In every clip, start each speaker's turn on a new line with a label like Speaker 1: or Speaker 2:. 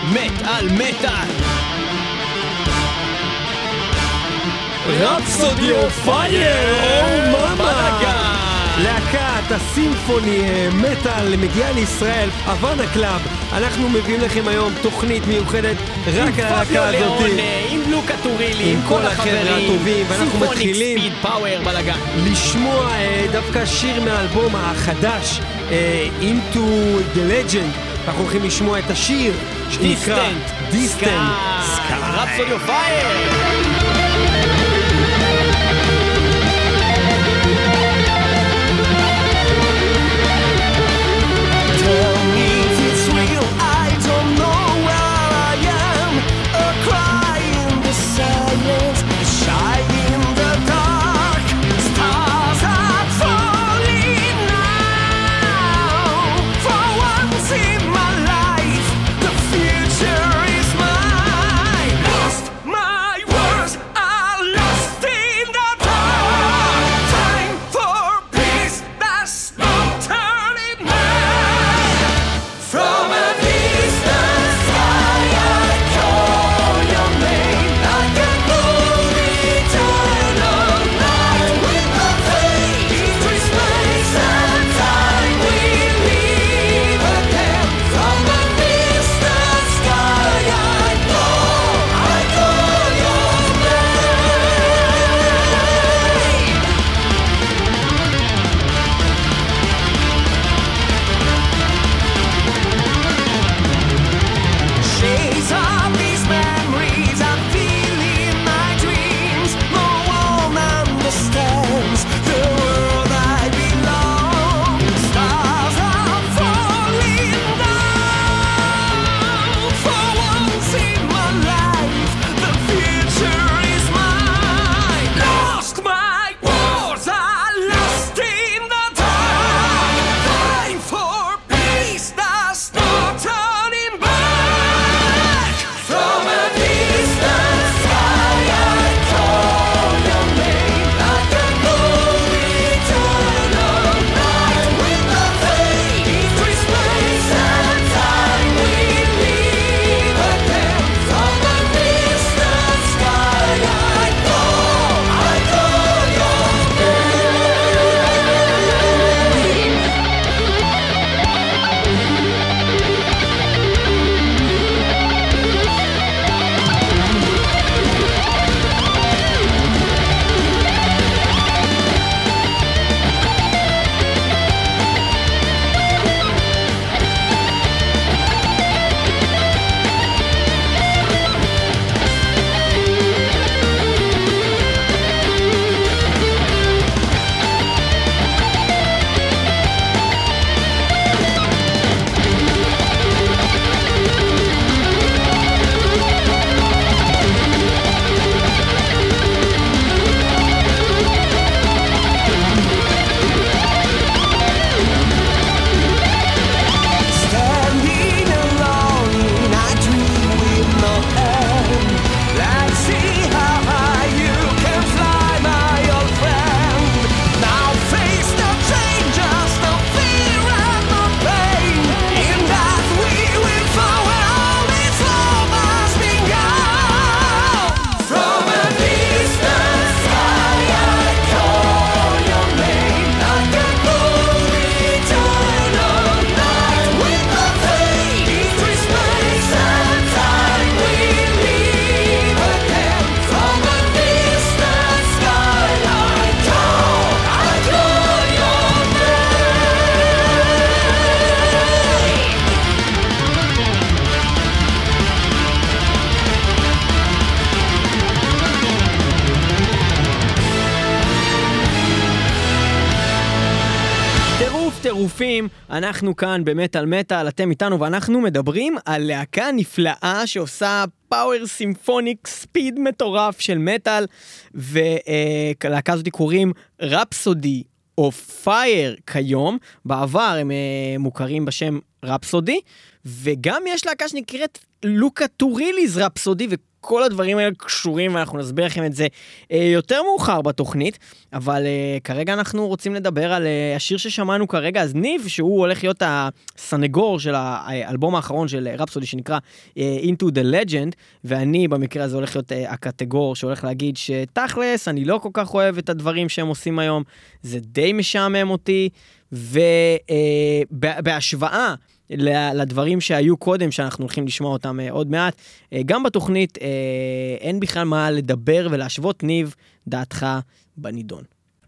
Speaker 1: מת על מטל. רפסודי אוף פייר, או מאמה.
Speaker 2: להקת הסימפוני מטל מגיעה לישראל, הוואנה קלאב. אנחנו מביאים לכם היום תוכנית מיוחדת רק על הלהקה הזאת,
Speaker 1: עם לוקה טורילי, עם כל
Speaker 2: החבר'ה הטובים, ואנחנו מתחילים
Speaker 1: ספיד פאוור בלגן
Speaker 2: לשמוע דווקא שיר מהאלבום החדש Into the Legend. אנחנו הולכים לשמוע את השיר שנקרא Distant Sky.
Speaker 1: רפסודי אוף פייר. טירופים, אנחנו כאן במטל מטל, אתם איתנו ואנחנו מדברים על להקה נפלאה שעושה פאוור סימפוניק ספיד מטורף של מטל, ולהקה הזאת קוראים רפסודי אוף פייר כיום, בעבר הם מוכרים בשם רפסודי, וגם יש להקה שנקראת לוקה טוריליז רפסודי, כל הדברים האלה קשורים, ואנחנו נסביר לכם את זה יותר מאוחר בתוכנית, אבל כרגע אנחנו רוצים לדבר על השיר ששמענו כרגע, אז ניב, שהוא הולך להיות הסנגור של האלבום האחרון של רפסודי, שנקרא Into the Legend, ואני במקרה הזה הולך להיות הקטגור, שהולך להגיד שתכלס, אני לא כל כך אוהב את הדברים שהם עושים היום, זה די משעמם אותי, ובהשוואה לדברים שהיו קודם, שאנחנו הולכים לשמוע אותם עוד מעט, גם בתוכנית אין בכלל מה לדבר ולהשוות. ניב, דעתך בנידון.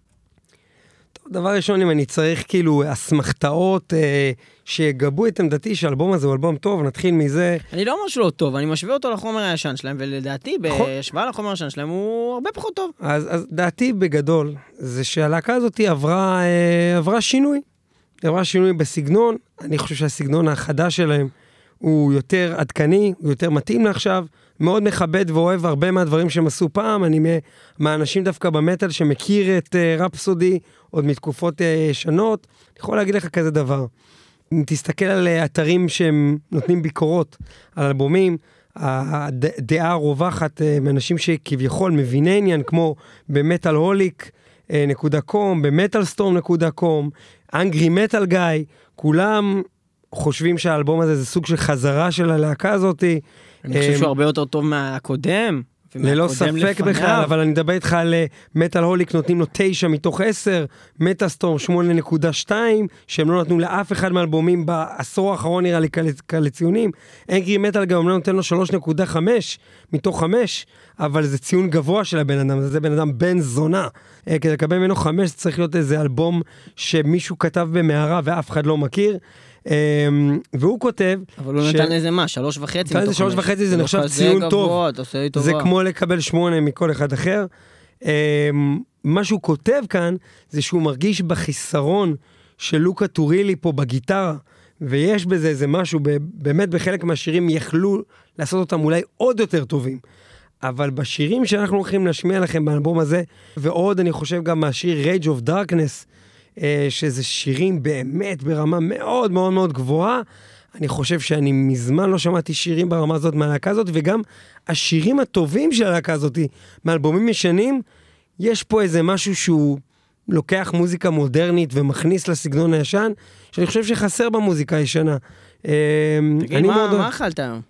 Speaker 2: טוב, דבר ראשון, אם אני צריך כאילו אסמכתאות שיגבו את עמדתי שהאלבום הזה הוא אלבום טוב, נתחיל מזה.
Speaker 1: אני לא אומר שלא טוב, אני משווה אותו לחומר הישן שלהם, ולדעתי בהשוואה לחומר הישן שלהם הוא הרבה פחות טוב.
Speaker 2: אז דעתי בגדול, זה שהלהקה הזאת עברה שינוי. עברה שינוי בסגנון, אני חושב שהסגנון החדש שלהם הוא יותר עדכני, הוא יותר מתאים לעכשיו, מאוד מכבד ואוהב הרבה מהדברים שהם עשו פעם, אני מהאנשים דווקא במטל שמכיר את רפסודי עוד מתקופות ישנות, אני יכול להגיד לך כזה דבר, אם תסתכל על אתרים שהם נותנים ביקורות על אלבומים, הדעה הרווחת מאנשים שכביכול מביני עניין, כמו במטלהוליק.com, במטלסטורם.com, אנגרי מטל גיא, כולם חושבים שהאלבום הזה זה סוג של חזרה של הלהקה הזאת.
Speaker 1: אני חושב שהוא הרבה יותר טוב מהקודם.
Speaker 2: ללא ספק בכלל, אבל אני מדבר איתך על מטל הוליק, נותנים לו 9 מתוך 10, מטאסטורם 8.2, שהם לא נתנו לאף אחד מהאלבומים בעשור האחרון נראה לי לציונים. אנגרי מטל גם לא נותן לו 3.5 מתוך 5, אבל זה ציון גבוה של הבן אדם, זה בן אדם בן זונה. כדי לקבל ממנו 5 צריך להיות איזה אלבום שמישהו כתב במערה ואף אחד לא מכיר. והוא כותב
Speaker 1: אבל הוא נתן איזה מה, 3.5 מתוך 5
Speaker 2: זה נחשב ציון טוב, זה כמו לקבל 8 מכל אחד אחר. מה שהוא כותב כאן זה שהוא מרגיש בחיסרון של לוקה טורילי פה בגיטרה, ויש בזה איזה משהו, באמת בחלק מהשירים יכלו לעשות אותם אולי עוד יותר טובים, אבל בשירים שאנחנו הולכים להשמיע לכם באלבום הזה, ועוד אני חושב גם מהשיר Rage of Darkness, שזה שירים באמת ברמה מאוד מאוד מאוד גבוהה. אני חושב שאני מזמן לא שמעתי שירים ברמה הזאת מהלהקה הזאת, וגם השירים הטובים של הלהקה הזאת, מאלבומים ישנים, יש פה איזה משהו שהוא לוקח מוזיקה מודרנית ומכניס לסגנון הישן, שאני חושב שחסר במוזיקה הישנה.
Speaker 1: תגיד, מה אכלת היום?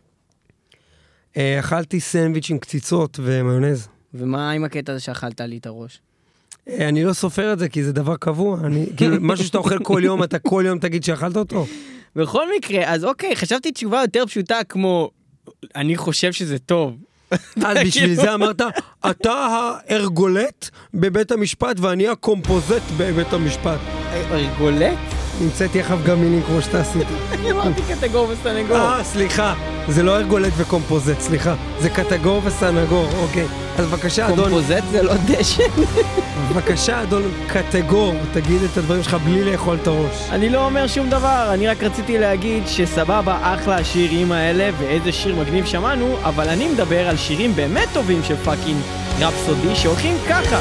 Speaker 2: אכלתי סנדוויץ' עם קציצות ומיונז.
Speaker 1: ומה עם הקטע הזה שאכלת לי את הראש?
Speaker 2: אני לא סופר את זה, כי זה דבר קבוע. כאילו, משהו שאתה אוכל כל יום, אתה כל יום תגיד שאכלת אותו.
Speaker 1: בכל מקרה, אז אוקיי, חשבתי תשובה יותר פשוטה כמו, אני חושב שזה טוב.
Speaker 2: אז בשביל זה אמרת, אתה הארגולט בבית המשפט, ואני הקומפוזט בבית המשפט.
Speaker 1: ארגולט?
Speaker 2: נמצאתי יחב גם מילים כמו שאתה עשית.
Speaker 1: אני אמרתי קטגור וסנגור.
Speaker 2: סליחה, זה לא ארגולט וקומפוזט, סליחה. זה קטגור וסנגור, אוקיי. אז בבקשה, אדון...
Speaker 1: קומפוזט זה לא דשן.
Speaker 2: בבקשה, אדון קטגור, תגיד את הדברים שלך בלי לאכול את הראש.
Speaker 1: אני לא אומר שום דבר, אני רק רציתי להגיד שסבבה, אחלה השירים האלה, ואיזה שיר מגניב שמענו, אבל אני מדבר על שירים באמת טובים של פאקינג רפסודי, שהולכים ככה.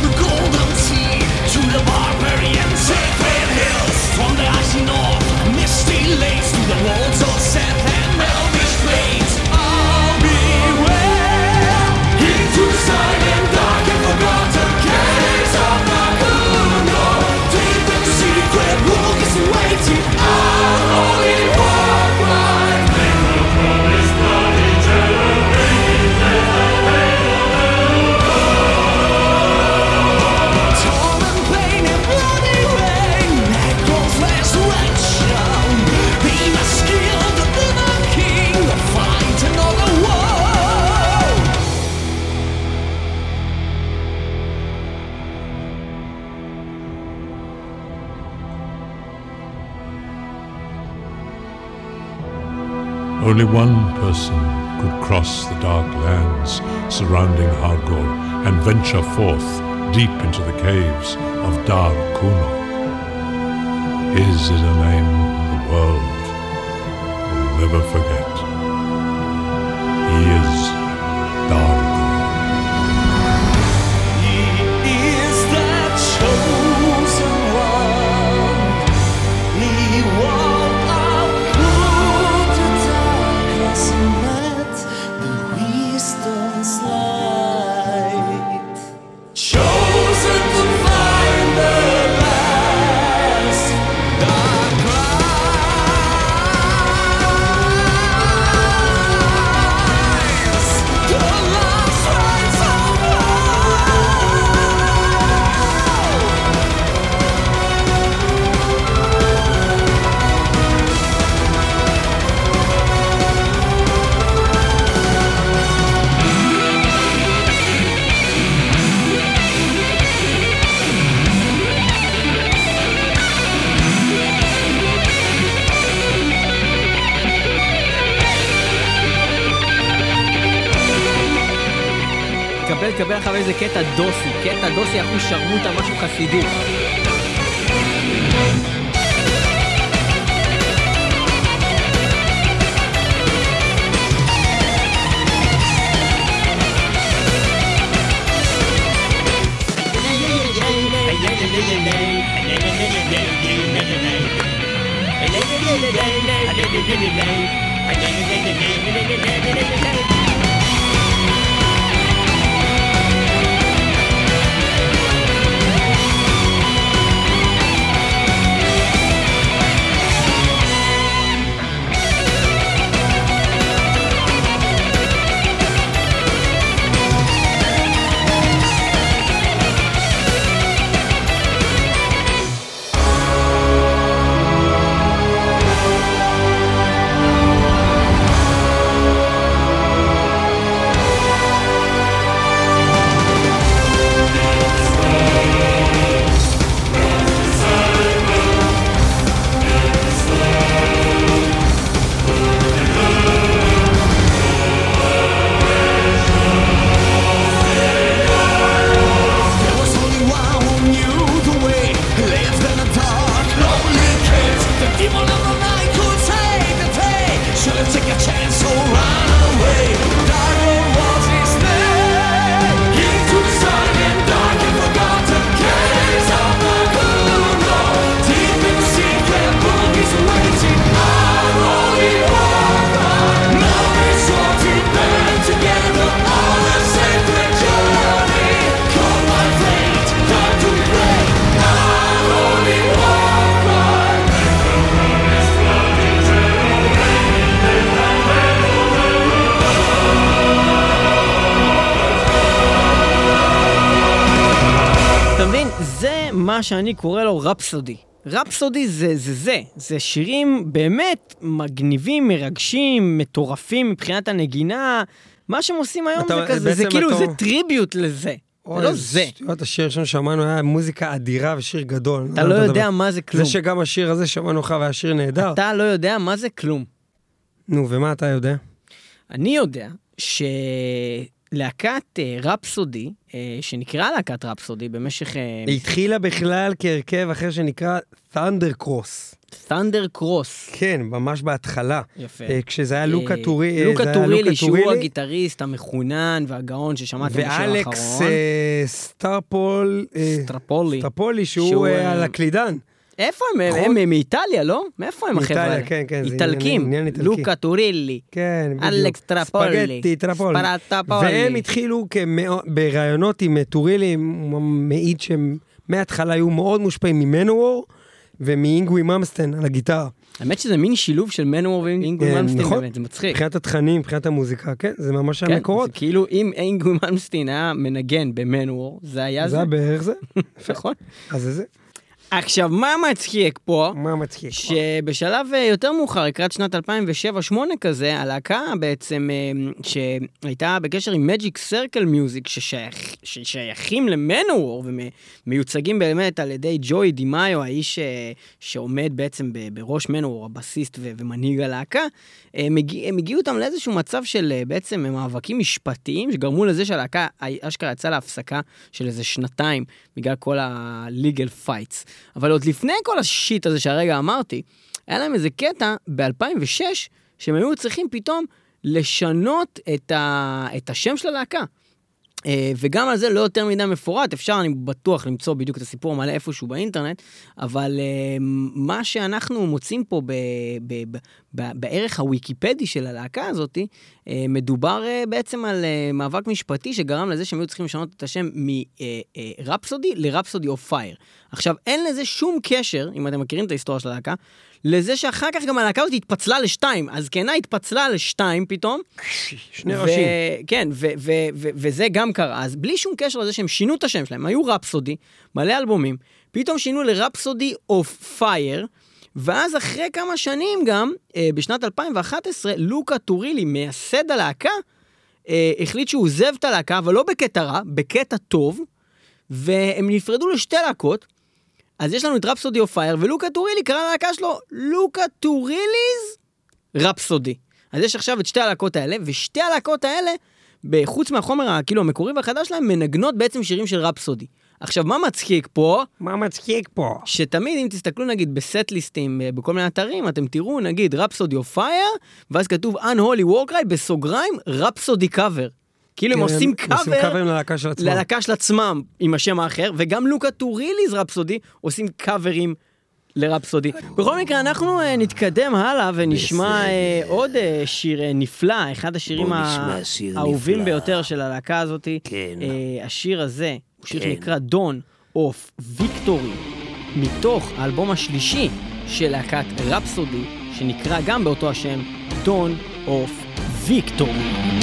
Speaker 3: From the icy north, mist Only one person could cross the dark lands surrounding Hargol and venture forth deep into the caves of Dar Kuno. His is a name the world will never forget. He is Dargol.
Speaker 1: קבל אחר איזה קטע דוסי, אנחנו שרמוטה, משהו חסידי. מה שאני קורא לו רפסודי. רפסודי זה שירים באמת מגניבים, מרגשים, מטורפים מבחינת הנגינה. מה שהם עושים היום זה כזה, זה כאילו, זה טריביוט לזה. זה לא זה.
Speaker 2: את השיר שלנו שמענו היה מוזיקה אדירה ושיר גדול.
Speaker 1: אתה לא יודע מה זה כלום.
Speaker 2: זה שגם השיר הזה שמענו לך והיה שיר נהדר.
Speaker 1: אתה לא יודע מה זה כלום.
Speaker 2: נו, ומה אתה יודע?
Speaker 1: אני יודע להקת רפסודי, שנקרא להקת רפסודי במשך...
Speaker 2: היא התחילה בכלל כהרכב אחר שנקרא Thunder Cross.
Speaker 1: Thunder Cross.
Speaker 2: כן, ממש בהתחלה.
Speaker 1: יפה.
Speaker 2: כשזה היה לוקה טורילי.
Speaker 1: לוקה טורילי, שהוא הגיטריסט המחונן והגאון ששמעתם בשיר האחרון.
Speaker 2: ואלכס סטרפולי, שהוא על הקלידן.
Speaker 1: איפה הם? הם מאיטליה, לא? מאיפה הם החבר'ה האלה?
Speaker 2: כן, כן.
Speaker 1: איטלקים. לוקה טורילי.
Speaker 2: כן, בדיוק.
Speaker 1: אלכס טרפולי.
Speaker 2: ספגטי, טרפולי. והם התחילו ברעיונות עם טורילי, מעיד שהם מההתחלה היו מאוד מושפעים ממנוור, ומאינגווי ממסטן על הגיטרה.
Speaker 1: האמת שזה מין שילוב של מנוור ואינגווי ממסטן, באמת, זה מצחיק.
Speaker 2: מבחינת התכנים, מבחינת המוזיקה, כן, זה ממש המקורות.
Speaker 1: כן, כאילו אם אינגווי ממסטן היה מנגן במנוור, זה היה זה.
Speaker 2: זה היה בערך זה.
Speaker 1: נכון.
Speaker 2: אז זה זה.
Speaker 1: עכשיו, מה מצחיק פה?
Speaker 2: מה מצחיק?
Speaker 1: שבשלב יותר מאוחר, לקראת שנת 2007-2008 כזה, הלהקה בעצם, שהייתה בקשר עם Magic Circle Music, ששייכים למנוור, ומיוצגים באמת על ידי ג'וי דימאיו, האיש שעומד בעצם בראש מנוור, הבסיסט ומנהיג הלהקה, הם הגיעו אותם לאיזשהו מצב של בעצם מאבקים משפטיים, שגרמו לזה שהלהקה אשכרה יצאה להפסקה של איזה שנתיים, בגלל כל ה-legal fights. אבל עוד לפני כל השיט הזה שהרגע אמרתי, היה להם איזה קטע ב-2006, שהם היו צריכים פתאום לשנות את השם של הלהקה. וגם על זה לא יותר מדי מפורט, אפשר, אני בטוח, למצוא בדיוק את הסיפור המלא איפשהו באינטרנט, אבל מה שאנחנו מוצאים פה בערך הוויקיפדי של הלהקה הזאת, מדובר בעצם על מאבק משפטי שגרם לזה שהם היו צריכים לשנות את השם מרפסודי לרפסודי אוף פייר. עכשיו, אין לזה שום קשר, אם אתם מכירים את ההיסטוריה של הלהקה, לזה שאחר כך גם הלהקה הזאת התפצלה לשתיים, אז כנה התפצלה לשתיים פתאום.
Speaker 2: שני ראשים.
Speaker 1: כן, וזה גם קרה, אז בלי שום קשר לזה שהם שינו את השם שלהם, היו רפסודי, מלא אלבומים, פתאום שינו לרפסודי אוף פייר, ואז אחרי כמה שנים גם, בשנת 2011, לוקה טורילי, מייסד הלהקה, החליט שהוא עוזב את הלהקה, אבל לא בקטע רע, בקטע טוב, והם נפרדו לשתי להקות, אז יש לנו את רפסודי אוף פייר, ולוקה טורילי קרא ללהקה שלו, לוקה טוריליז רפסודי. אז יש עכשיו את שתי הלהקות האלה, ושתי הלהקות האלה, בחוץ מהחומר כאילו המקורי והחדש שלהם, מנגנות בעצם שירים של רפסודי. עכשיו, מה מצחיק פה?
Speaker 2: מה מצחיק פה?
Speaker 1: שתמיד, אם תסתכלו נגיד בסט-ליסטים, בכל מיני אתרים, אתם תראו נגיד רפסודי אוף פייר, ואז כתוב Unholy Warcry, בסוגריים, רפסודי קאבר. כאילו הם עושים קאבר ללהקה של עצמם עם השם האחר, וגם לוקה טוריליז רפסודי עושים קאברים לרפסודי. בכל מקרה, אנחנו נתקדם הלאה ונשמע עוד שיר נפלא, אחד השירים האהובים ביותר של הלהקה הזאת. השיר הזה הוא שיר שנקרא Dawn of Victory, מתוך האלבום השלישי של להקת רפסודי, שנקרא גם באותו השם Dawn of Victory.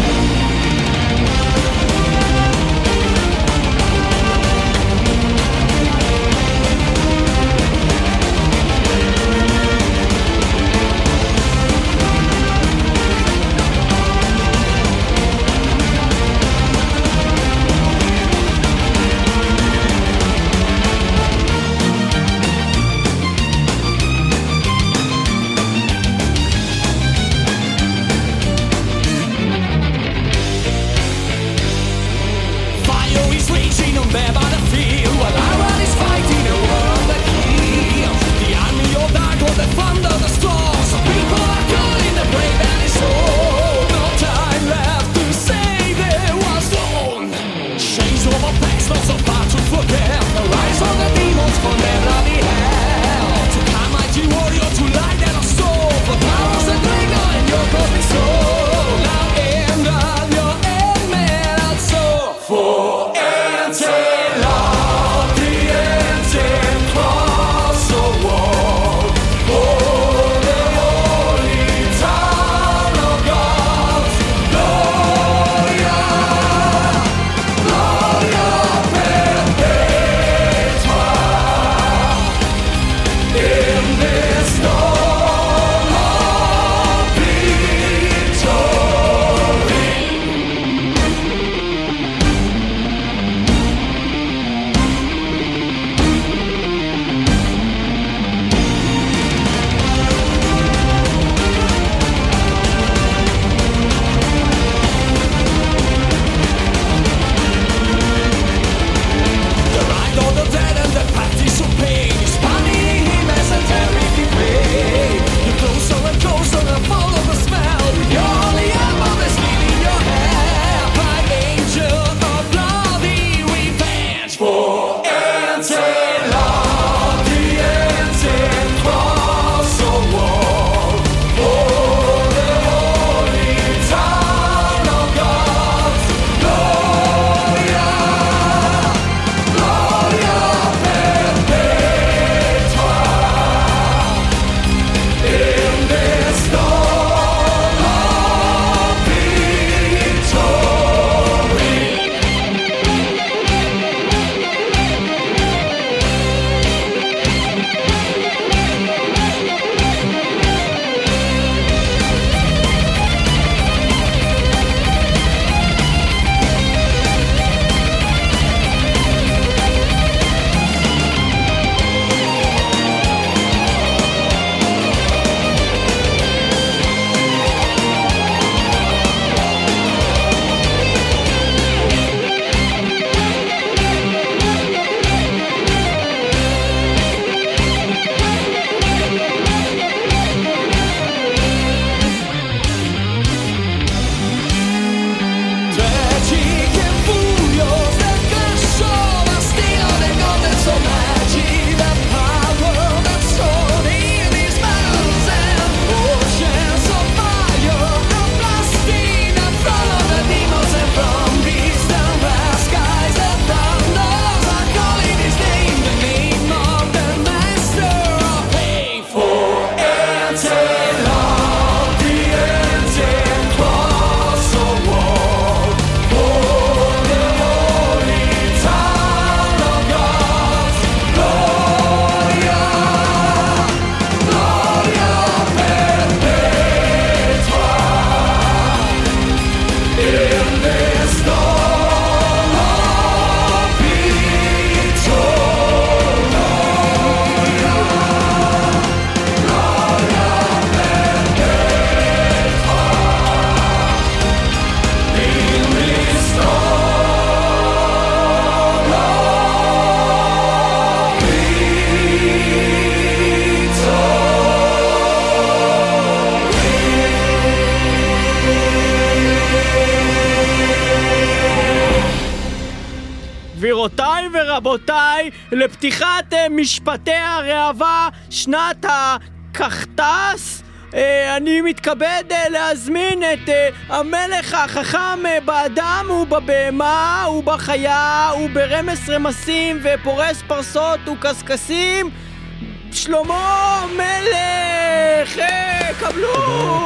Speaker 1: ורבותיי, לפתיחת משפטי הראווה שנת הכחטס, אני מתכבד להזמין את המלך החכם באדם ובבהמה ובחיה וברמס רמסים ופורס פרסות וקסקסים, שלמה מלך. קבלו.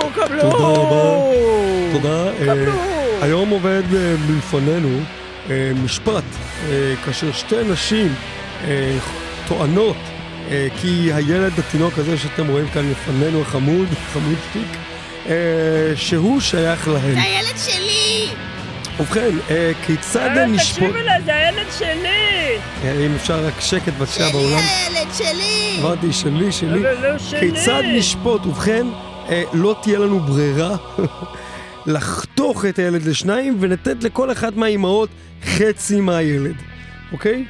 Speaker 2: תודה. היום עובד מלפנינו משפט כאשר שתי נשים טוענות כי הילד התינוק הזה שאתם רואים כאן לפנינו, חמוד שתיק, שהוא שייך להם.
Speaker 4: זה הילד שלי!
Speaker 2: ובכן, כיצד נשפוט...
Speaker 5: תקשיב אליי, זה הילד שלי!
Speaker 2: אם אפשר רק שקט בבקשה באולם.
Speaker 4: שלי הילד שלי!
Speaker 2: אמרתי שלי.
Speaker 5: אבל לא שלי!
Speaker 2: כיצד נשפוט? ובכן, לא תהיה לנו ברירה לחתוך את הילד לשניים ונתת לכל אחת מהאימהות חצי מהילד. אוקיי?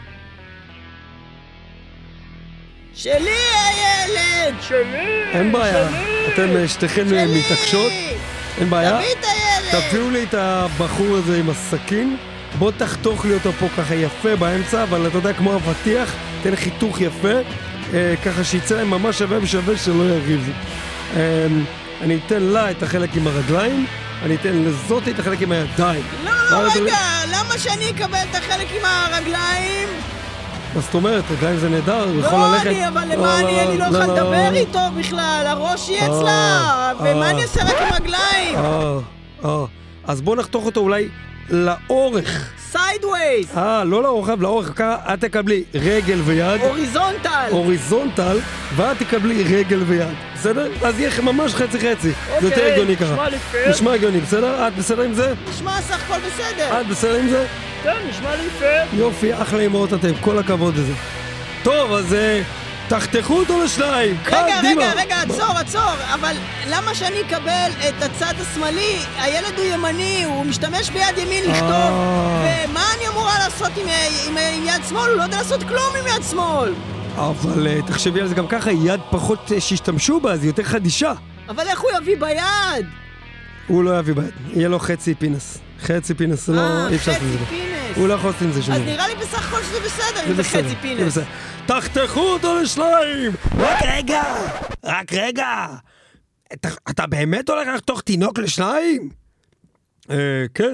Speaker 1: שלי הילד!
Speaker 5: שלי!
Speaker 2: אין בעיה, אתם שתיכן מתעקשות, אין בעיה.
Speaker 4: תביא את הילד!
Speaker 2: תביאו לי את הבחור הזה עם הסכין, בוא תחתוך לי אותו פה ככה יפה באמצע, אבל אתה יודע כמו אבטיח, תן חיתוך יפה, ככה שיצא להם ממש שווה שלא יריבו. אני אתן לה את החלק עם הרגליים, אני אתן לזאת את החלק עם הידיים.
Speaker 1: לא, רגע, למה שאני אקבל את החלק עם הרגליים?
Speaker 2: מה זאת אומרת? רגליים זה נהדר, הוא יכול ללכת...
Speaker 1: לא, אבל למה אני לא יכול לדבר איתו בכלל, הראש יהיה אצלה, ומה אני אעשה רק עם רגליים?
Speaker 2: אז בוא נחתוך אותו אולי לאורך.
Speaker 1: סיידווייז!
Speaker 2: לא לאורך, לאורך, ככה את תקבלי רגל ויד. אוריזונטל, ואת תקבלי רגל ויד. בסדר? אז יהיה ממש חצי. זה יותר הגיוני ככה.
Speaker 5: נשמע לי פייר.
Speaker 2: נשמע הגיוני, בסדר? את בסדר עם זה?
Speaker 1: נשמע סך הכל בסדר.
Speaker 2: את בסדר עם זה?
Speaker 5: כן, נשמע לי פייר.
Speaker 2: יופי, אחלה אמהות אתם, כל הכבוד לזה. טוב, אז תחתכו אותו לשניים.
Speaker 1: רגע, עצור, אבל למה שאני אקבל את הצד השמאלי? הילד הוא ימני, הוא משתמש ביד ימין לכתוב, ומה אני אמורה לעשות עם יד שמאל? הוא לא יודע לעשות כלום עם יד שמאל.
Speaker 2: אבל תחשבי על זה גם ככה, יד פחות שישתמשו בה, אז היא יותר חדישה.
Speaker 1: אבל איך הוא יביא ביד?
Speaker 2: הוא לא יביא ביד, יהיה לו חצי פינס, לא, אי אפשר לעשות את זה. הוא לא יכול לעשות עם זה שום.
Speaker 1: אז נראה לי בסך הכל שזה בסדר, אם זה חצי פינס.
Speaker 2: תחתכו אותו לשניים! רק רגע! אתה באמת הולך לחתוך תינוק לשניים? כן.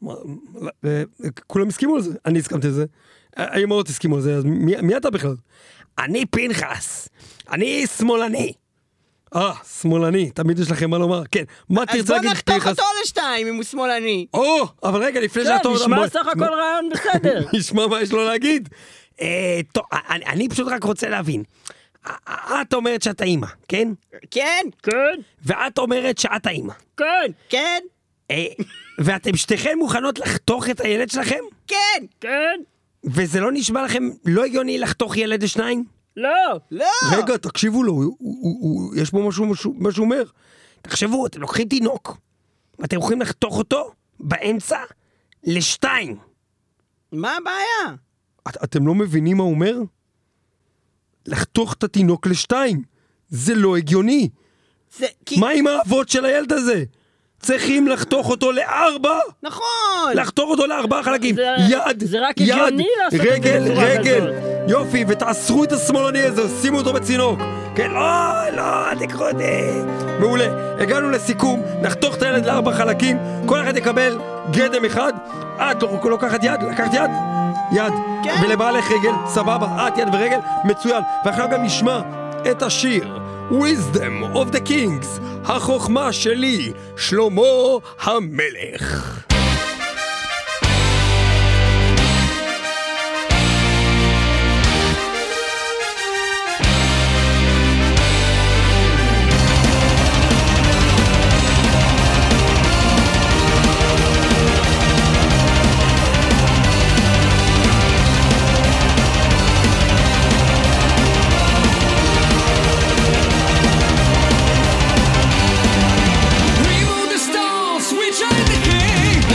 Speaker 2: כולם הסכימו על זה, אני הסכמתי על זה. האמהות הסכימו על זה, אז מי אתה בכלל? אני פנחס, אני שמאלני. שמאלני, תמיד יש לכם מה לומר, כן. מה תרצה להגיד פנחס?
Speaker 1: אז בוא נחתוך אותו לשתיים אם הוא שמאלני.
Speaker 2: אבל רגע, לפני שאתה...
Speaker 5: נשמע סך הכל רעיון בסדר.
Speaker 2: נשמע מה יש לו להגיד. טוב, אני פשוט רק רוצה להבין. את אומרת שאת האמא, כן?
Speaker 1: כן.
Speaker 2: ואת אומרת שאת האמא.
Speaker 1: כן.
Speaker 2: ואתם שתיכן מוכנות לחתוך את הילד שלכם?
Speaker 1: כן.
Speaker 2: וזה לא נשמע לכם לא הגיוני לחתוך ילד לשניים?
Speaker 5: לא.
Speaker 2: רגע, תקשיבו לו, יש פה מה שהוא אומר. תחשבו, אתם לוקחים תינוק, ואתם יכולים לחתוך אותו באמצע לשתיים.
Speaker 1: מה הבעיה?
Speaker 2: אתם לא מבינים מה הוא אומר? לחתוך את התינוק לשתיים. זה לא הגיוני. מה עם האבות של הילד הזה? צריכים לחתוך אותו לארבע.
Speaker 1: נכון.
Speaker 2: לחתוך אותו לארבע חלקים. יד,
Speaker 5: זה רק הגיוני לעשות
Speaker 2: רגל. יופי, ותאסרו את השמאלני הזה, שימו אותו בצינוק. כן, לא, תקחו אותי. מעולה, הגענו לסיכום, נחתוך את הילד לארבע חלקים, כל אחד יקבל גדם אחד. את לוקחת יד, לקחת יד. כן. ולבעלך רגל, סבבה, את יד ורגל, מצוין. ואחר גם נשמע את השיר Wisdom of the Kings, החוכמה שלי, שלמה המלך.
Speaker 6: Remove the stones, we tried the king.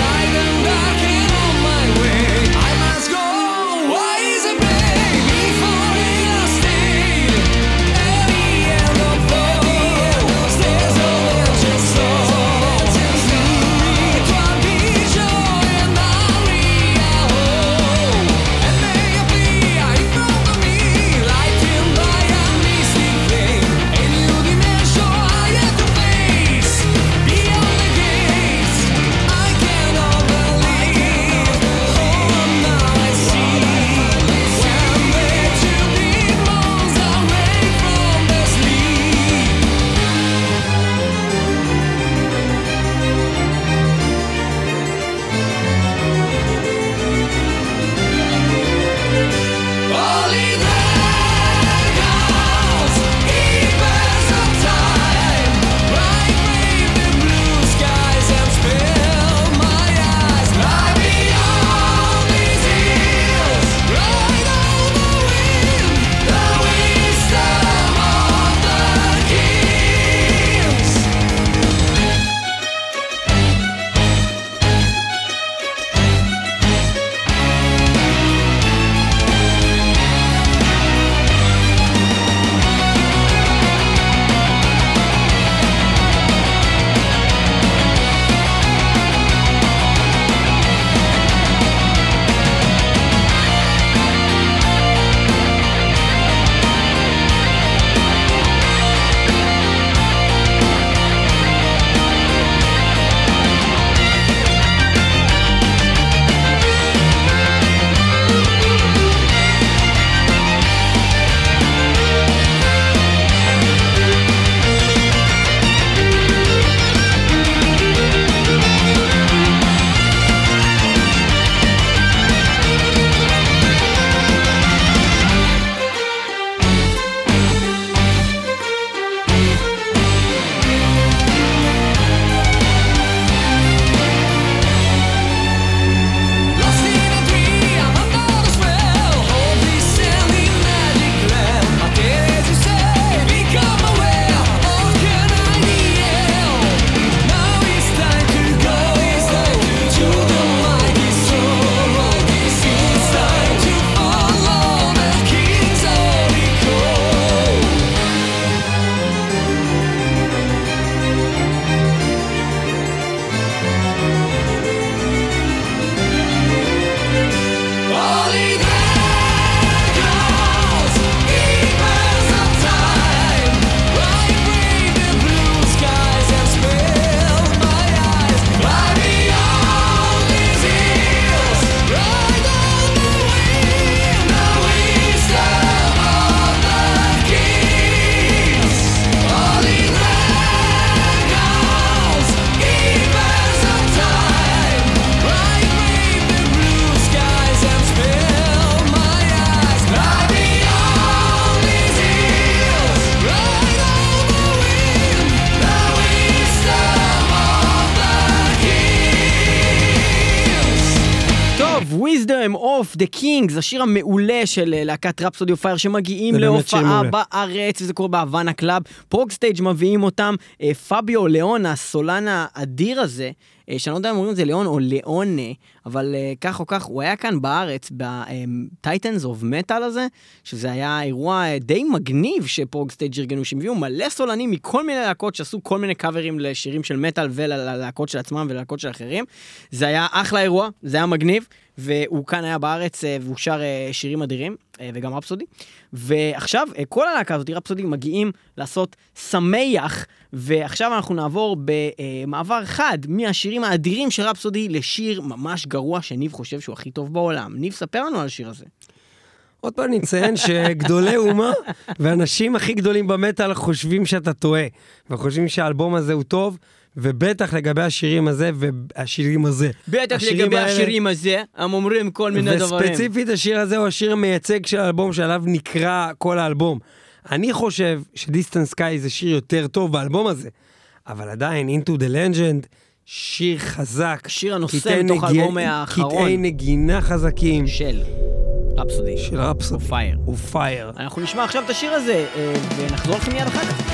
Speaker 1: of the Kings, השיר המעולה של להקת רפסודי אוף פייר, שמגיעים להופעה בארץ, וזה קורה בהוואנה קלאב, פרוגסטייג' מביאים אותם, פאביו ליאון, הסולן האדיר הזה, שאני לא יודע אם אומרים את זה ליאון או ליאונה, אבל כך או כך, הוא היה כאן בארץ, ב-Titans of Metal הזה, שזה היה אירוע די מגניב שפרוגסטייג' ארגנו, שהביאו מלא סולנים מכל מיני להקות, שעשו כל מיני קאברים לשירים של מטל וללהקות של עצמם וללהקות של אחרים. זה היה אחלה אירוע, זה היה מגניב, והוא כאן היה בארץ, והוא שר שירים אדירים, וגם רפסודי. ועכשיו, כל הלהקה הזאת, רפסודי, מגיעים לעשות שמח, ועכשיו אנחנו נעבור במעבר חד מהשירים האדירים של רפסודי לשיר ממש גרוע שניב חושב שהוא הכי טוב בעולם. ניב, ספר לנו על השיר הזה.
Speaker 2: עוד פעם נציין שגדולי אומה ואנשים הכי גדולים במטל חושבים שאתה טועה, וחושבים שהאלבום הזה הוא טוב, ובטח לגבי השירים הזה והשירים הזה.
Speaker 1: בטח לגבי השירים הזה, הם אומרים כל מיני דברים.
Speaker 2: וספציפית השיר הזה הוא השיר המייצג של האלבום שעליו נקרא כל האלבום. אני חושב שדיסטנס סקאי זה שיר יותר טוב באלבום הזה, אבל עדיין Into the Legend, שיר חזק.
Speaker 1: שיר הנושא מתוך האלבום האחרון.
Speaker 2: קטעי נגינה חזקים.
Speaker 1: של רפסודי.
Speaker 2: של רפסודי. ופייר.
Speaker 1: אנחנו נשמע עכשיו את השיר הזה, ונחזור לכם מיד אחר כך.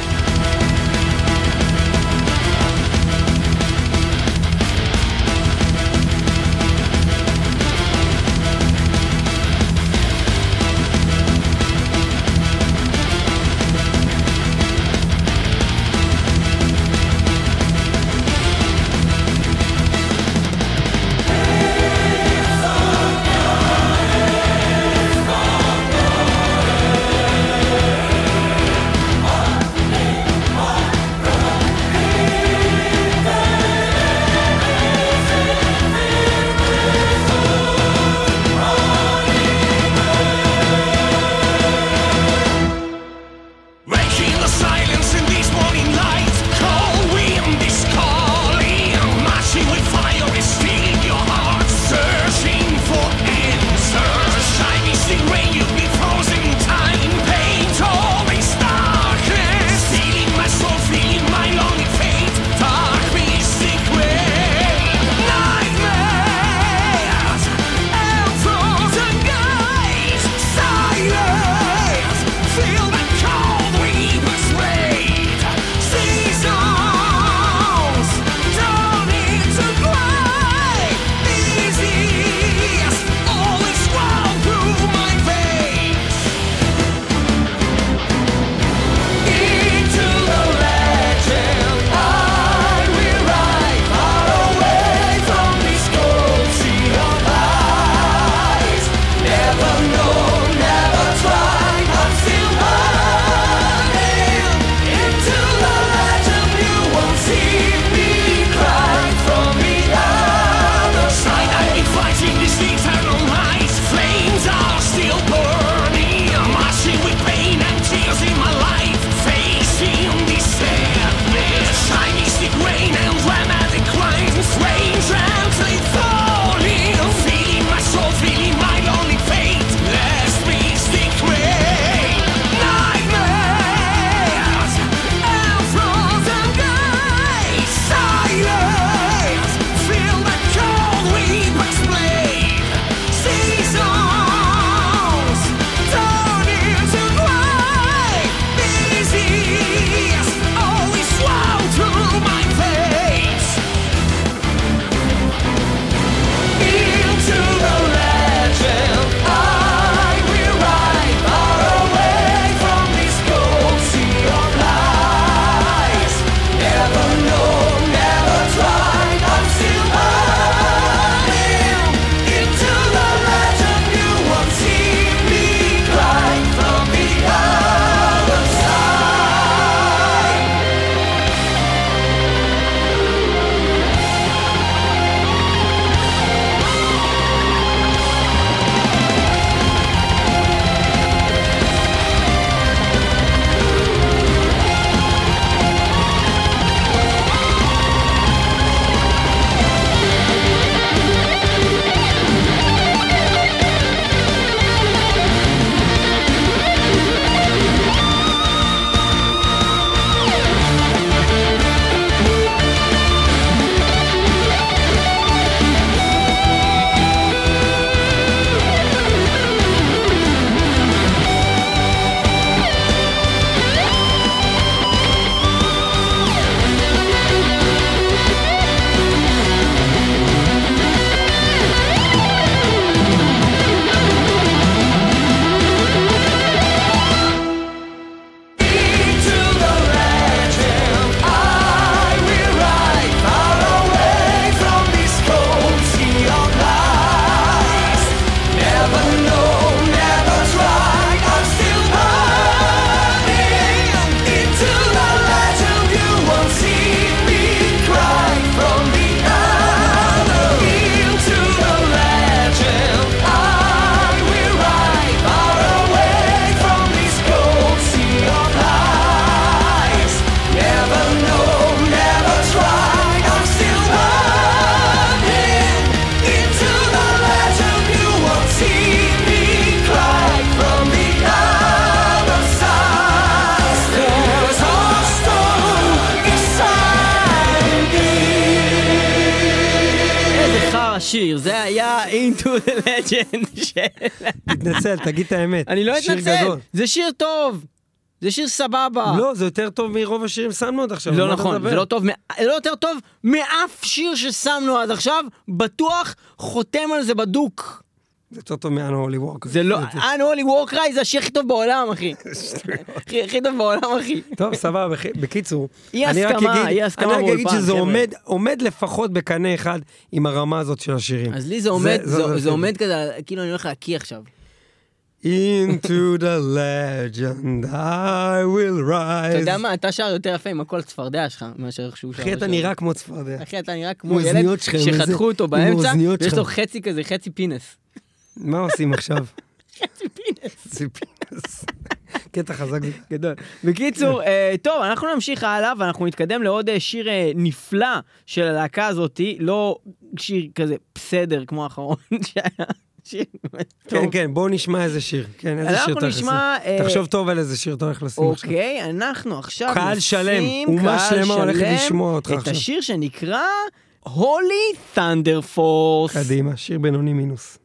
Speaker 1: השיר, זה היה Into the Legend של...
Speaker 2: תתנצל, תגיד את האמת.
Speaker 1: אני לא
Speaker 2: שיר
Speaker 1: אתנצל,
Speaker 2: גדול.
Speaker 1: זה שיר טוב, זה שיר סבבה.
Speaker 2: לא, זה יותר טוב מרוב השירים שמנו עד עכשיו.
Speaker 1: לא
Speaker 2: מה אתה
Speaker 1: נכון,
Speaker 2: מדבר?
Speaker 1: זה לא טוב, לא יותר טוב מאף שיר ששמנו עד עכשיו, בטוח חותם על זה בדוק.
Speaker 2: זה יותר טוב מאנהולי וורקריי.
Speaker 1: זה לא, אנהולי וורקריי זה השיר הכי טוב בעולם, אחי. הכי טוב בעולם, אחי.
Speaker 2: טוב, סבבה, בקיצור.
Speaker 1: אי
Speaker 2: אני רק
Speaker 1: הסכמה,
Speaker 2: אגיד-
Speaker 1: אי הסכמה
Speaker 2: אני רק אגיד
Speaker 1: באולפן,
Speaker 2: שזה
Speaker 1: חבר'ה.
Speaker 2: עומד לפחות בקנה אחד עם הרמה הזאת של השירים.
Speaker 1: אז לי זה עומד,
Speaker 2: זה
Speaker 1: זה עומד כזה, כאילו אני הולך להקיא עכשיו.
Speaker 2: Into the legend I will rise.
Speaker 1: אתה יודע מה, אתה שר יותר יפה עם הכל צפרדע שלך, מאשר איך שהוא שר.
Speaker 2: אחי, אתה נראה כמו צפרדע.
Speaker 1: אחי, אתה נראה כמו
Speaker 2: עם
Speaker 1: ילד
Speaker 2: האוזניות שלך, עם
Speaker 1: שחתכו
Speaker 2: איזה-
Speaker 1: אותו
Speaker 2: עם
Speaker 1: באמצע,
Speaker 2: האוזניות
Speaker 1: ויש
Speaker 2: שלך.
Speaker 1: לו חצי כזה, חצי פינס.
Speaker 2: מה עושים עכשיו?
Speaker 1: חצי פינס.
Speaker 2: ציפינס. קטע חזק.
Speaker 1: גדול. בקיצור, טוב, אנחנו נמשיך הלאה, ואנחנו נתקדם לעוד שיר נפלא של הלהקה הזאת, לא שיר כזה בסדר כמו האחרון שהיה. שיר באמת טוב.
Speaker 2: כן, כן, בואו נשמע איזה שיר. כן, איזה
Speaker 1: אנחנו
Speaker 2: שיר אתה
Speaker 1: נשמע,
Speaker 2: הולך לשים. תחשוב טוב על איזה שיר אתה הולך לשים עכשיו.
Speaker 1: אוקיי, אנחנו עכשיו
Speaker 2: קהל שלם,
Speaker 1: נשים,
Speaker 2: אומה
Speaker 1: קהל
Speaker 2: שלמה הולכת
Speaker 1: שלם,
Speaker 2: לשמוע אותך
Speaker 1: את
Speaker 2: עכשיו.
Speaker 1: השיר שנקרא Holy Thunder Force.
Speaker 2: קדימה, שיר בינוני מינוס.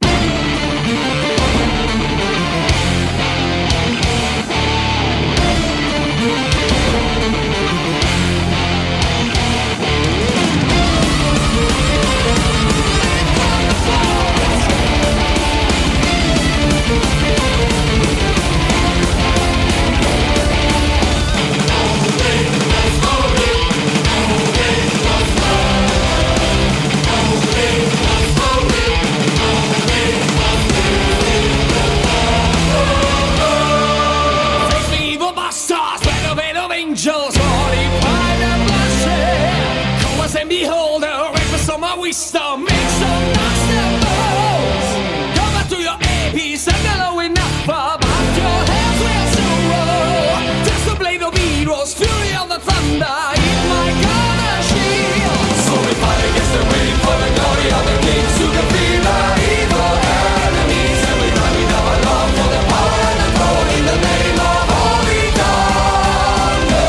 Speaker 6: Evil bastards, bed of angels, holy pride and bloodshed. Come us and behold, rape us some of wisdom, make some master bones. Come back to your APs and mellow enough, but your hands will soon roll. Just the blade of heroes, fury of the thunder, in my gun and shield. So we fight against the wind for the glory of the kings who can feel the evil enemies, and we run with our love for the power and the throne in the name of Holy Thunder.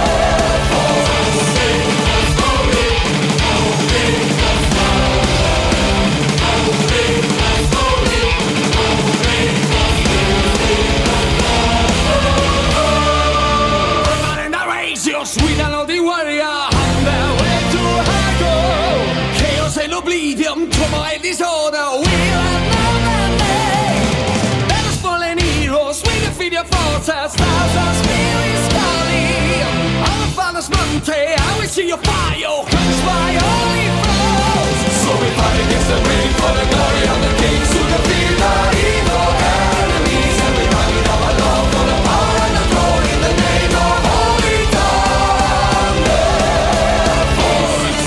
Speaker 6: Run in the race, you're sweet and the warrior, on their way to hell. Chaos and oblivion, trauma and disorder, we are not that name. Let us fallen heroes, we defeat your forces, thousand spirits calling. On the Father's Monte, I will see your fire, quench my holy foes. So we fight against the wind for the glory of the kings who defeat the evil enemies, and we run with our love for the power and the throne in the name of Holy Thunder Force.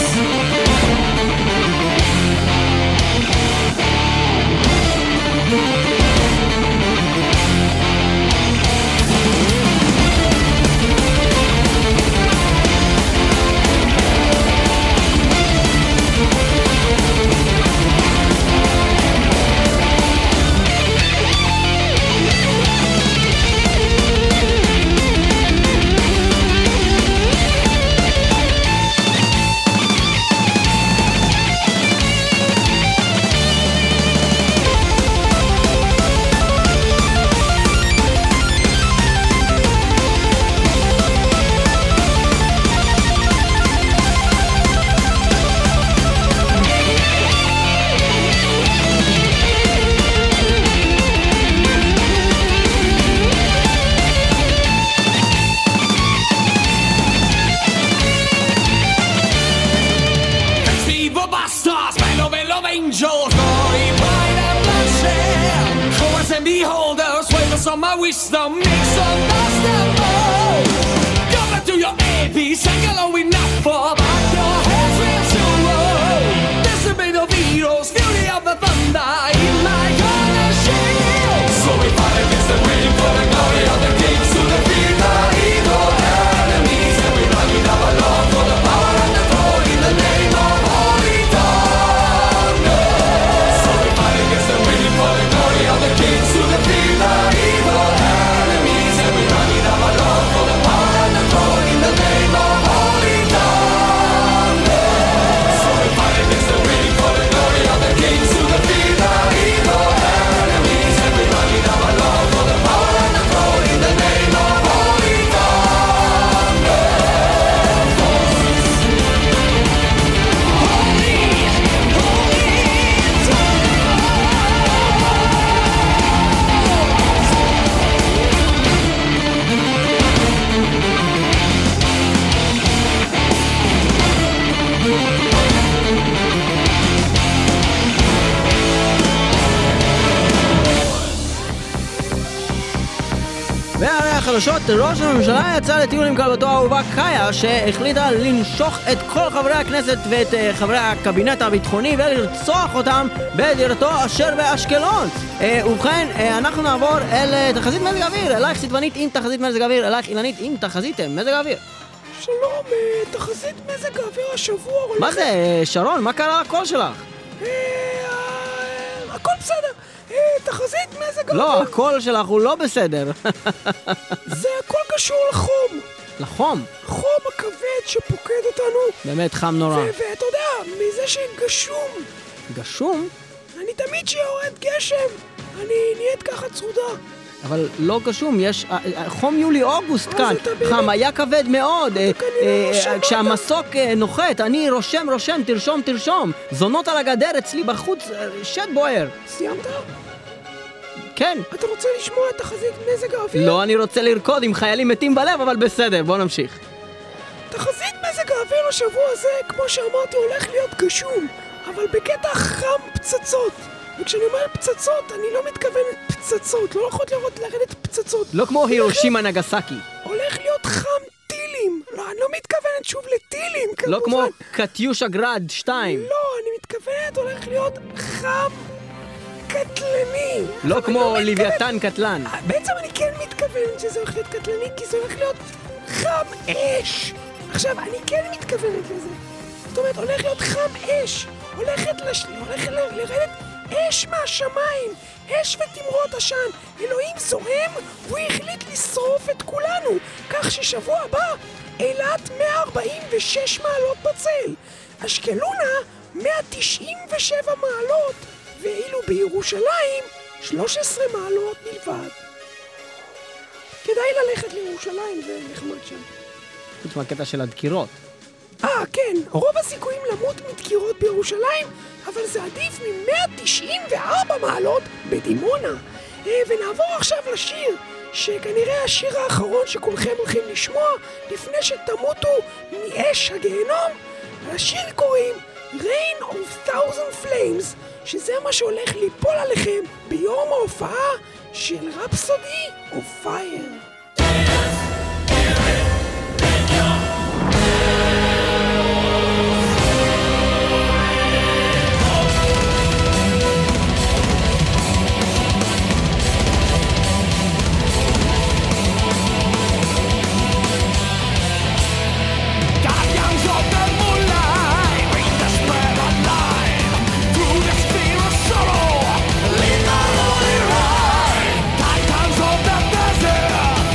Speaker 6: Evil bastards, bed of angels, glory, pride and bloodshed. Cowards and beholders, wait for some of wisdom, make some master bones. Go back to your APs, and you'll know enough for, but your heads will soon roll. There's a bit of heroes, fury of the thunder, in my gun and shield. So we fight against the wind for the glory of the kings who defeat the evil enemies, and we run with our love for the power and the throne in the name of Holy Thunder. So we fight against the wind for the glory of the kings who defeat the evil enemies, and we
Speaker 1: בחדשות, ראש הממשלה יצא לטיול עם כלבתו האהובה קאיה, שהחליטה לנשוך את כל חברי הכנסת ואת חברי הקבינט הביטחוני ולרצוח אותם בדירתו אשר באשקלון. ובכן, אנחנו נעבור אל תחזית מזג האוויר, אלייך סיטבנית עם תחזית מזג האוויר, אלייך אילנית עם תחזית מזג האוויר.
Speaker 2: שלום, תחזית מזג האוויר השבוע הולכת...
Speaker 1: מה זה, שרון? מה קרה לקול שלך?
Speaker 2: הכל בסדר. תחזית מזג האוויר.
Speaker 1: לא, הקול שלך הוא לא בסדר.
Speaker 2: זה הכל קשור לחום.
Speaker 1: לחום?
Speaker 2: חום הכבד שפוקד אותנו.
Speaker 1: באמת חם נורא.
Speaker 2: ואתה יודע, מזה שגשום.
Speaker 1: גשום?
Speaker 2: אני תמיד שיורד גשם. אני נהיית ככה צרודה.
Speaker 1: אבל לא גשום, יש חום יולי-אוגוסט כאן, חם היה כבד מאוד, כשהמסוק נוחת, אני רושם, תרשום, זונות על הגדר אצלי בחוץ, שד בוער.
Speaker 2: סיימת?
Speaker 1: כן.
Speaker 2: אתה רוצה לשמוע את תחזית מזג האוויר?
Speaker 1: לא, אני רוצה לרקוד עם חיילים מתים בלב, אבל בסדר, בוא נמשיך.
Speaker 2: תחזית מזג האוויר לשבוע הזה, כמו שאמרתי, הולך להיות גשום, אבל בקטע חם פצצות. וכשאני אומר פצצות, אני לא מתכוונת פצצות, לא יכולת לרדת פצצות.
Speaker 1: לא כמו הירושימה נגסקי.
Speaker 2: הולך להיות חם טילים. לא, אני לא מתכוונת שוב לטילים, כמובן.
Speaker 1: לא כמו קטיושה גרד 2.
Speaker 2: לא, אני מתכוונת, הולך להיות חם קטלני.
Speaker 1: לא כמו לוויתן קטלן.
Speaker 2: בעצם אני כן מתכוונת שזה הולך להיות קטלני, כי זה הולך להיות חם אש. עכשיו, אני כן מתכוונת לזה. זאת אומרת, הולך להיות חם אש. הולך לרדת אש מהשמיים, אש ותמרות עשן. אלוהים זורם, והוא החליט לשרוף את כולנו, כך ששבוע הבא אילת 146 מעלות בצל, אשקלונה 197 מעלות, ואילו בירושלים 13 מעלות בלבד. כדאי ללכת לירושלים, זה נחמד שם.
Speaker 1: חוץ מהקטע של הדקירות.
Speaker 2: כן, רוב הסיכויים למות מדקירות בירושלים, אבל זה עדיף מ-194 מעלות בדימונה. ונעבור עכשיו לשיר, שכנראה השיר האחרון שכולכם הולכים לשמוע לפני שתמותו מאש הגיהנום. השיר קוראים Rain of Thousand Flames, שזה מה שהולך ליפול עליכם ביום ההופעה של Rhapsody of Fire.
Speaker 6: Titans of the desert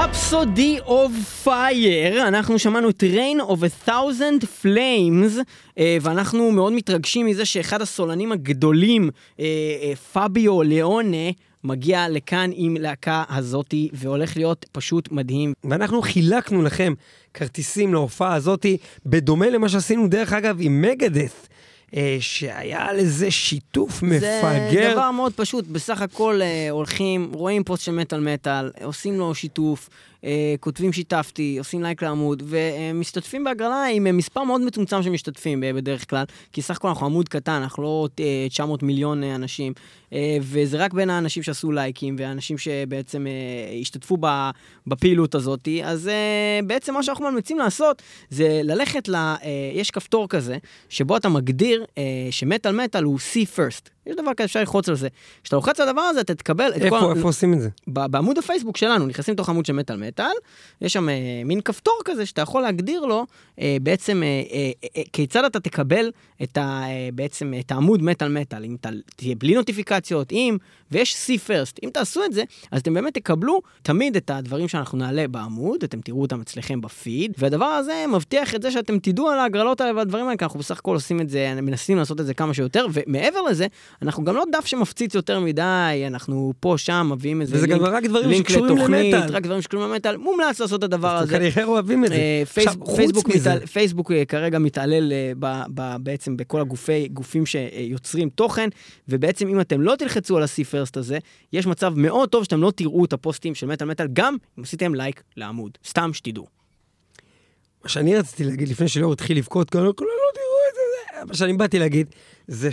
Speaker 1: Rhapsody of Fire, אנחנו שמענו את Rain of a Thousand Flames, ואנחנו מאוד מתרגשים מזה שאחד הסולנים הגדולים, פאביו ליאונה, מגיע לכאן עם להקה הזאתי, והולך להיות פשוט מדהים.
Speaker 2: ואנחנו חילקנו לכם כרטיסים להופעה הזאתי, בדומה למה שעשינו דרך אגב עם מגדeth, שהיה לזה שיתוף מפגר.
Speaker 1: זה דבר מאוד פשוט, בסך הכל הולכים, רואים פוסט של מטל, עושים לו שיתוף, כותבים שיתפתי, עושים לייק לעמוד, ומשתתפים בהגרלה עם מספר מאוד מצומצם שמשתתפים בדרך כלל, כי סך הכל אנחנו עמוד קטן, אנחנו לא 900 מיליון אנשים, וזה רק בין האנשים שעשו לייקים, והאנשים שבעצם השתתפו בפעילות הזאת, אז בעצם מה שאנחנו ממליצים לעשות, זה ללכת יש כפתור כזה, שבו אתה מגדיר שמטל הוא see first. יש דבר כזה, אפשר ללחוץ על זה. כשאתה לוחץ על הדבר הזה, אתה תקבל את
Speaker 2: איפה עושים את זה?
Speaker 1: בעמוד הפייסבוק שלנו, נכנסים לתוך עמוד של מטל, יש שם מין כפתור כזה, שאתה יכול להגדיר לו, בעצם, כיצד אתה תקבל בעצם את העמוד מטל, אם אתה תהיה בלי נוטיפיקציות, ויש see first. אם תעשו את זה, אז אתם באמת תקבלו תמיד את הדברים שאנחנו נעלה בעמוד, אתם תראו אותם אצלכם בפיד, והדבר הזה מבטיח את זה שאתם תדעו על ההגרלות האלה והדברים האלה, כי אנחנו בסך הכל עושים את זה, מנסים לעשות את זה כמה שיותר, ומעבר לזה, אנחנו גם לא דף שמפציץ יותר מדי, אנחנו פה, שם, מביאים איזה לינק לתוכנית, רק דברים שקשורים למטל, מומלץ לעשות את הדבר הזה.
Speaker 2: כנראה אוהבים את זה.
Speaker 1: פייסבוק כרגע מתעלל בעצם בכל הגופים שיוצרים תוכן, ובעצם אם אתם לא תלחצו על ה-See First הזה, יש מצב מאוד טוב שאתם לא תראו את הפוסטים של מטל, גם אם עשיתם לייק לעמוד. סתם שתדעו.
Speaker 2: מה שאני רציתי להגיד לפני שלא התחיל לבכות, כולם לא תראו את זה. מה שאני באתי להגיד, זה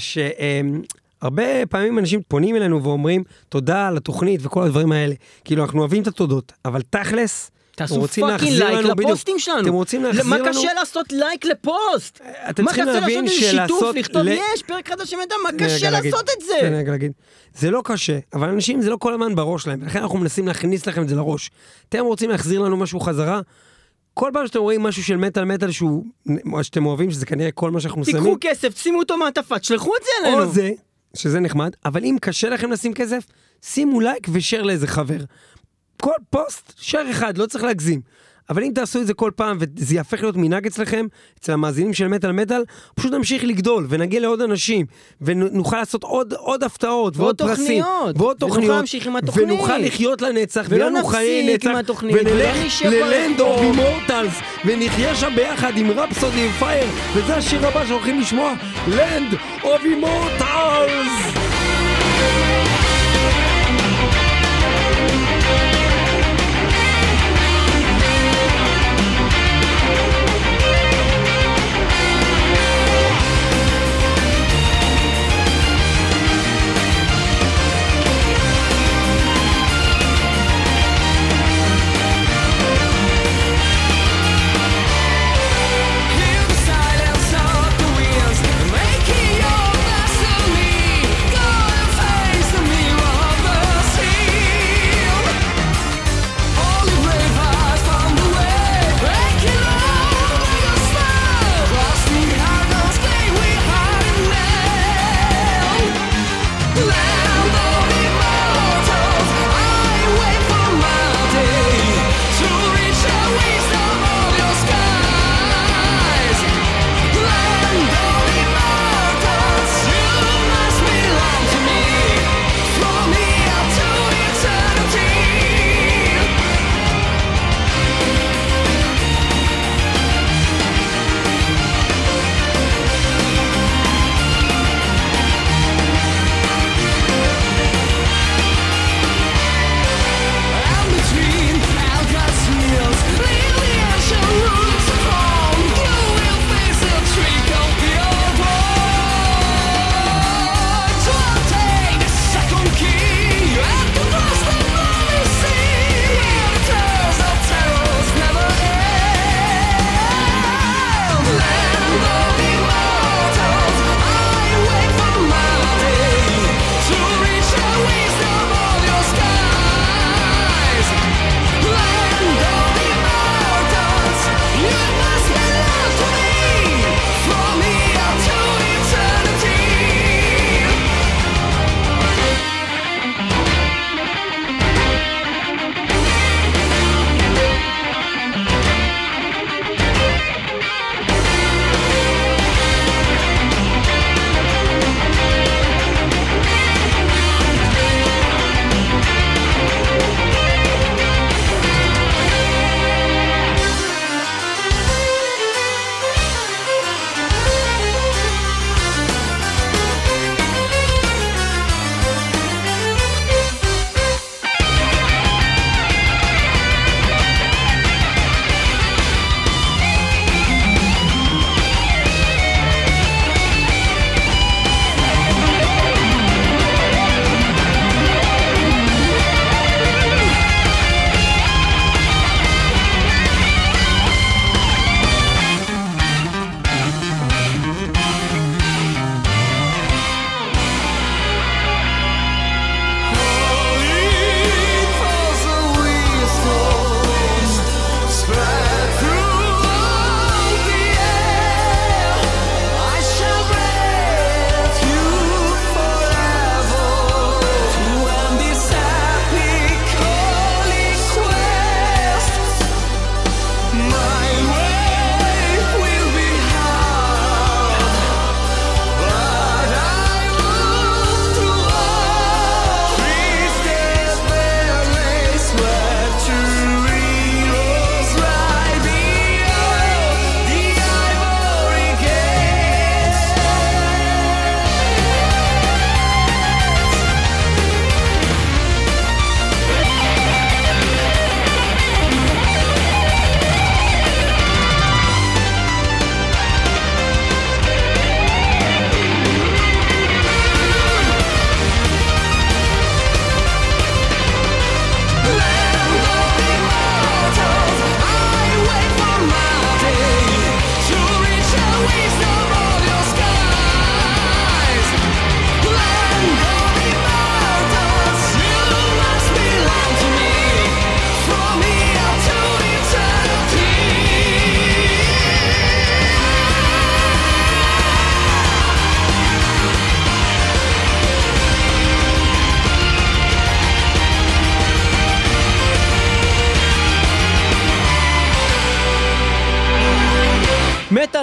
Speaker 2: הרבה פעמים אנשים פונים אלינו ואומרים, תודה על התוכנית וכל הדברים האלה. כאילו, אנחנו אוהבים את התודות, אבל תכלס,
Speaker 1: תעשו פאקינג לייק לפוסטים שלנו.
Speaker 2: אתם רוצים להחזיר לנו?
Speaker 1: מה קשה לעשות לייק לפוסט?
Speaker 2: אתם צריכים להבין
Speaker 1: שיתוף, לכתוב יש, פרק חדש שמדע, מה קשה לעשות את זה?
Speaker 2: כן, רגע להגיד. זה לא קשה, אבל אנשים זה לא כל הזמן בראש שלהם, ולכן אנחנו מנסים להכניס לכם את זה לראש. אתם רוצים להחזיר לנו משהו חזרה? כל פעם שאתם רואים משהו של מטל שהוא, שאתם אוהבים, שזה כנראה כל מה שאנחנו שמים.
Speaker 1: תיקחו כסף, שימו אותו מעטפה, תשלחו את זה אלינו.
Speaker 2: או זה, שזה נחמד, אבל אם קשה לכם לשים כסף, שימו לייק ושאר לאיזה חבר. כל פוסט, שאר אחד, לא צריך להגזים. אבל אם תעשו את זה כל פעם, וזה יהפך להיות מנהג אצלכם, אצל המאזינים של מטל, פשוט נמשיך לגדול, ונגיע לעוד אנשים, ונוכל לעשות עוד הפתעות, ועוד פרסים, ועוד תוכניות, ונוכל לחיות לנצח, ולנו חיי נצח, ונלך ללנד אוף אימורטלס, ונחיה שם ביחד עם רפסודי ופייר, וזה השיר הבא שהולכים לשמוע, לנד אוף אימורטלס!
Speaker 6: Making your best of me.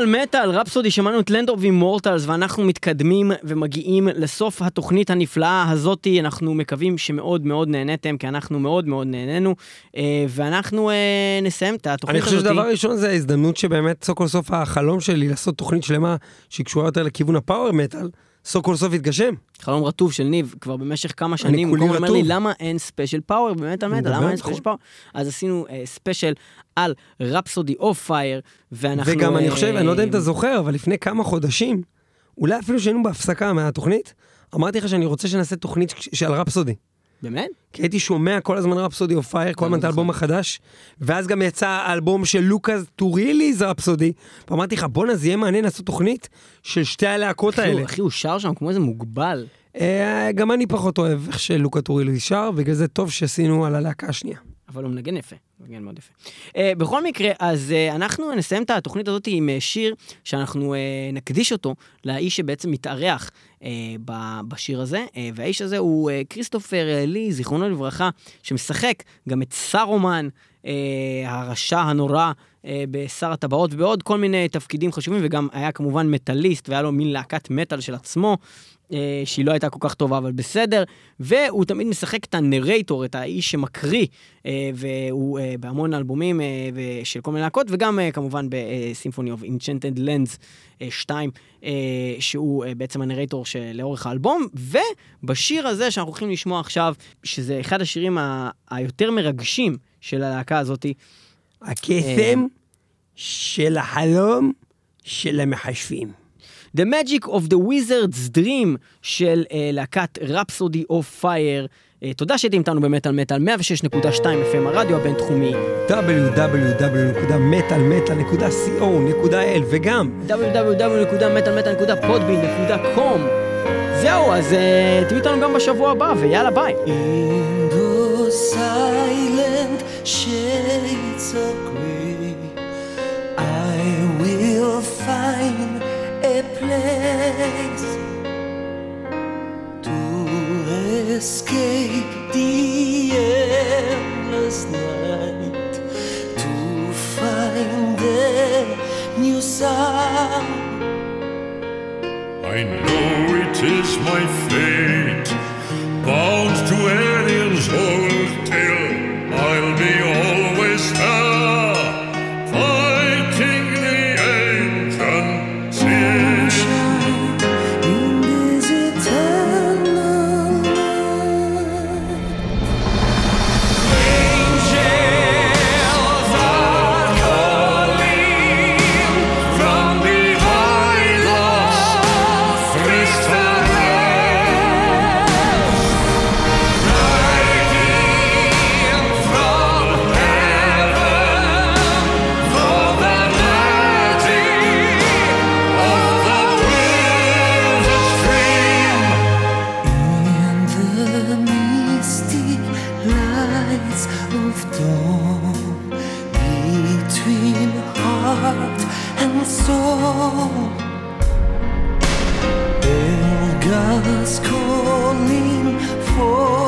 Speaker 1: מטל, רפסודי, שמענו את Land of Immortals, ואנחנו מתקדמים ומגיעים לסוף התוכנית הנפלאה הזאת. אנחנו מקווים שמאוד מאוד נהניתם, כי אנחנו מאוד מאוד נהנינו, ואנחנו נסיים את התוכנית הזאת.
Speaker 2: אני חושב שדבר ראשון זה ההזדמנות שבאמת סוף כל סוף החלום שלי לעשות תוכנית שלמה שקשורה יותר לכיוון הפאוור מטל, סוף כל סוף התגשם.
Speaker 1: חלום רטוב של ניב, כבר במשך כמה שנים, הוא אומר לי, למה אין ספיישל פאוור במטל מטל? למה אין ספיישל פאוור? אז עשינו ספיישל על רפסודי אוף פייר, ואנחנו...
Speaker 2: וגם אני חושב, אני לא יודע אם אתה זוכר, אבל לפני כמה חודשים, אולי אפילו שהיינו בהפסקה מהתוכנית, אמרתי לך שאני רוצה שנעשה תוכנית של רפסודי.
Speaker 1: באמת?
Speaker 2: כי הייתי שומע כל הזמן רפסודי אוף פייר, כל הזמן את האלבום החדש, ואז גם יצא האלבום של לוקאס טוריליז רפסודי, ואמרתי לך, בוא נזיהיה מעניין לעשות תוכנית של שתי הלהקות האלה.
Speaker 1: אחי, הוא שר שם כמו איזה מוגבל.
Speaker 2: גם אני פחות אוהב איך שלוקה טוריליז שר, בגלל זה טוב שעשינו על הלהקה השנייה.
Speaker 1: אבל הוא מנגן יפה, מנגן מאוד יפה. בכל מקרה, אז אנחנו נסיים את התוכנית הזאת עם שיר שאנחנו נקדיש אותו לאיש שבעצם מתארח בשיר הזה, והאיש הזה הוא כריסטופר לי, זיכרונו לברכה, שמשחק גם את סארומן, הרשע הנורא בשר הטבעות, ובעוד כל מיני תפקידים חשובים, וגם היה כמובן מטליסט, והיה לו מין להקת מטל של עצמו, שהיא לא הייתה כל כך טובה, אבל בסדר, והוא תמיד משחק את הנרייטור, את האיש שמקריא, והוא בהמון אלבומים של כל מיני להקות, וגם כמובן בסימפוני אוף אינצ'נטד לנדס 2, שהוא בעצם הנרייטור לאורך האלבום, ובשיר הזה שאנחנו הולכים לשמוע עכשיו, שזה אחד השירים היותר מרגשים של הלהקה הזאת,
Speaker 2: הקסם של החלום של המחשבים.
Speaker 1: The Magic of the Wizard's Dream של להקת Rhapsody of Fire. תודה שהייתם איתנו במטל מטל 106.2 FM, הרדיו הבינתחומי.
Speaker 2: www.metalmetal.co.il וגם
Speaker 1: www.metalmetal.podbean.com. זהו, אז תהיו איתנו גם בשבוע הבא, ויאללה ביי.
Speaker 6: In the silent shades of gray, I will find a place to escape the endless night, to find a new sound.
Speaker 3: I know it is my fate, bound to aliens old tale. I'll be always there, fighting the ancient sin.
Speaker 6: In this eternal night, angels are calling from the islands, crystal lands, riding from heaven for the magic of the wizard's dream. In the misty lights of dawn, between heart and soul, Elga's calling for